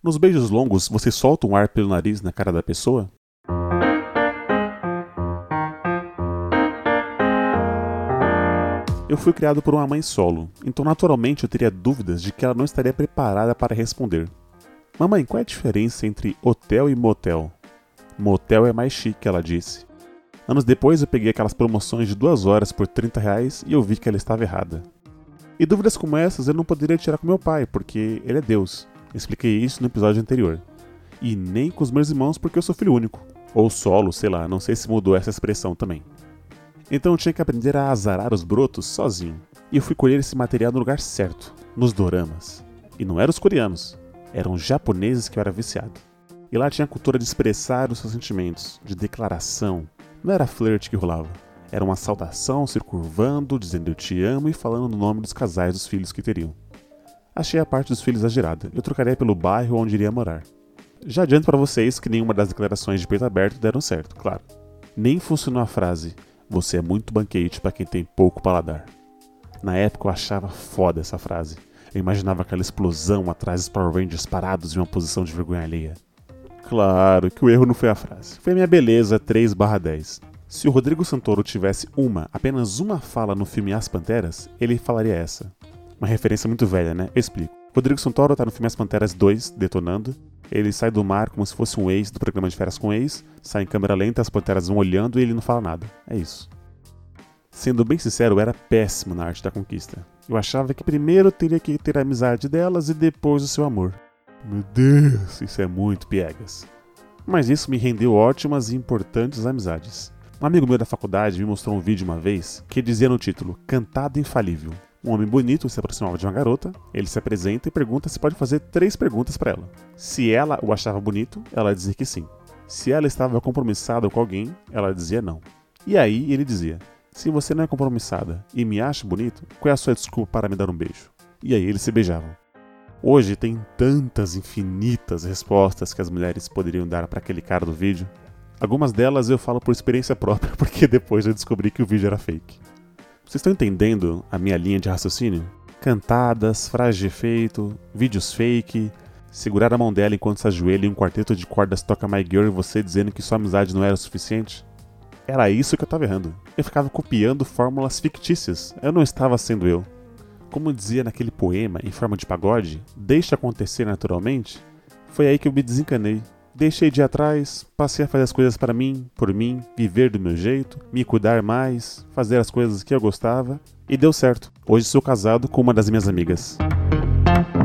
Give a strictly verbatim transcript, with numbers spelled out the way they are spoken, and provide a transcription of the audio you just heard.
Nos beijos longos, você solta um ar pelo nariz na cara da pessoa? Eu fui criado por uma mãe solo, então naturalmente eu teria dúvidas de que ela não estaria preparada para responder. Mamãe, qual é a diferença entre hotel e motel? Motel é mais chique, ela disse. Anos depois eu peguei aquelas promoções de duas horas por trinta reais e eu vi que ela estava errada. E dúvidas como essas eu não poderia tirar com meu pai, porque ele é Deus. Expliquei isso no episódio anterior. E nem com os meus irmãos, porque eu sou filho único. Ou solo, sei lá, não sei se mudou essa expressão também. Então eu tinha que aprender a azarar os brotos sozinho. E eu fui colher esse material no lugar certo, nos doramas. E não eram os coreanos, eram os japoneses que eu era viciado. E lá tinha a cultura de expressar os seus sentimentos, de declaração. Não era flerte que rolava. Era uma saudação se curvando, dizendo eu te amo e falando o nome dos casais dos filhos que teriam. Achei a parte dos filhos exagerada. Eu trocaria pelo bairro onde iria morar. Já adianto para vocês que nenhuma das declarações de peito aberto deram certo, claro. Nem funcionou a frase você é muito banquete para quem tem pouco paladar. Na época eu achava foda essa frase. Eu imaginava aquela explosão atrás dos Power Rangers parados em uma posição de vergonha alheia. Claro que o erro não foi a frase. Foi a minha beleza três barra dez. Se o Rodrigo Santoro tivesse uma, apenas uma fala no filme As Panteras, ele falaria essa. Uma referência muito velha, né? Eu explico. Rodrigo Santoro tá no filme As Panteras dois, detonando. Ele sai do mar como se fosse um ex do programa de férias com ex, sai em câmera lenta, as panteras vão olhando e ele não fala nada. É isso. Sendo bem sincero, eu era péssimo na arte da conquista. Eu achava que primeiro teria que ter a amizade delas e depois o seu amor. Meu Deus, isso é muito piegas. Mas isso me rendeu ótimas e importantes amizades. Um amigo meu da faculdade me mostrou um vídeo uma vez que dizia no título Cantada Infalível. Um homem bonito se aproximava de uma garota, ele se apresenta e pergunta se pode fazer três perguntas para ela. Se ela o achava bonito, ela dizia que sim. Se ela estava compromissada com alguém, ela dizia não. E aí ele dizia, se você não é compromissada e me acha bonito, qual é a sua desculpa para me dar um beijo? E aí eles se beijavam. Hoje tem tantas infinitas respostas que as mulheres poderiam dar para aquele cara do vídeo. Algumas delas eu falo por experiência própria, porque depois eu descobri que o vídeo era fake. Vocês estão entendendo a minha linha de raciocínio? Cantadas, frases de efeito, vídeos fake, segurar a mão dela enquanto se ajoelha em um quarteto de cordas toca My Girl e você dizendo que sua amizade não era o suficiente? Era isso que eu estava errando. Eu ficava copiando fórmulas fictícias, eu não estava sendo eu. Como dizia naquele poema em forma de pagode, deixa acontecer naturalmente, foi aí que eu me desencanei. Deixei de ir atrás, passei a fazer as coisas para mim, por mim, viver do meu jeito, me cuidar mais, fazer as coisas que eu gostava, e deu certo. Hoje sou casado com uma das minhas amigas.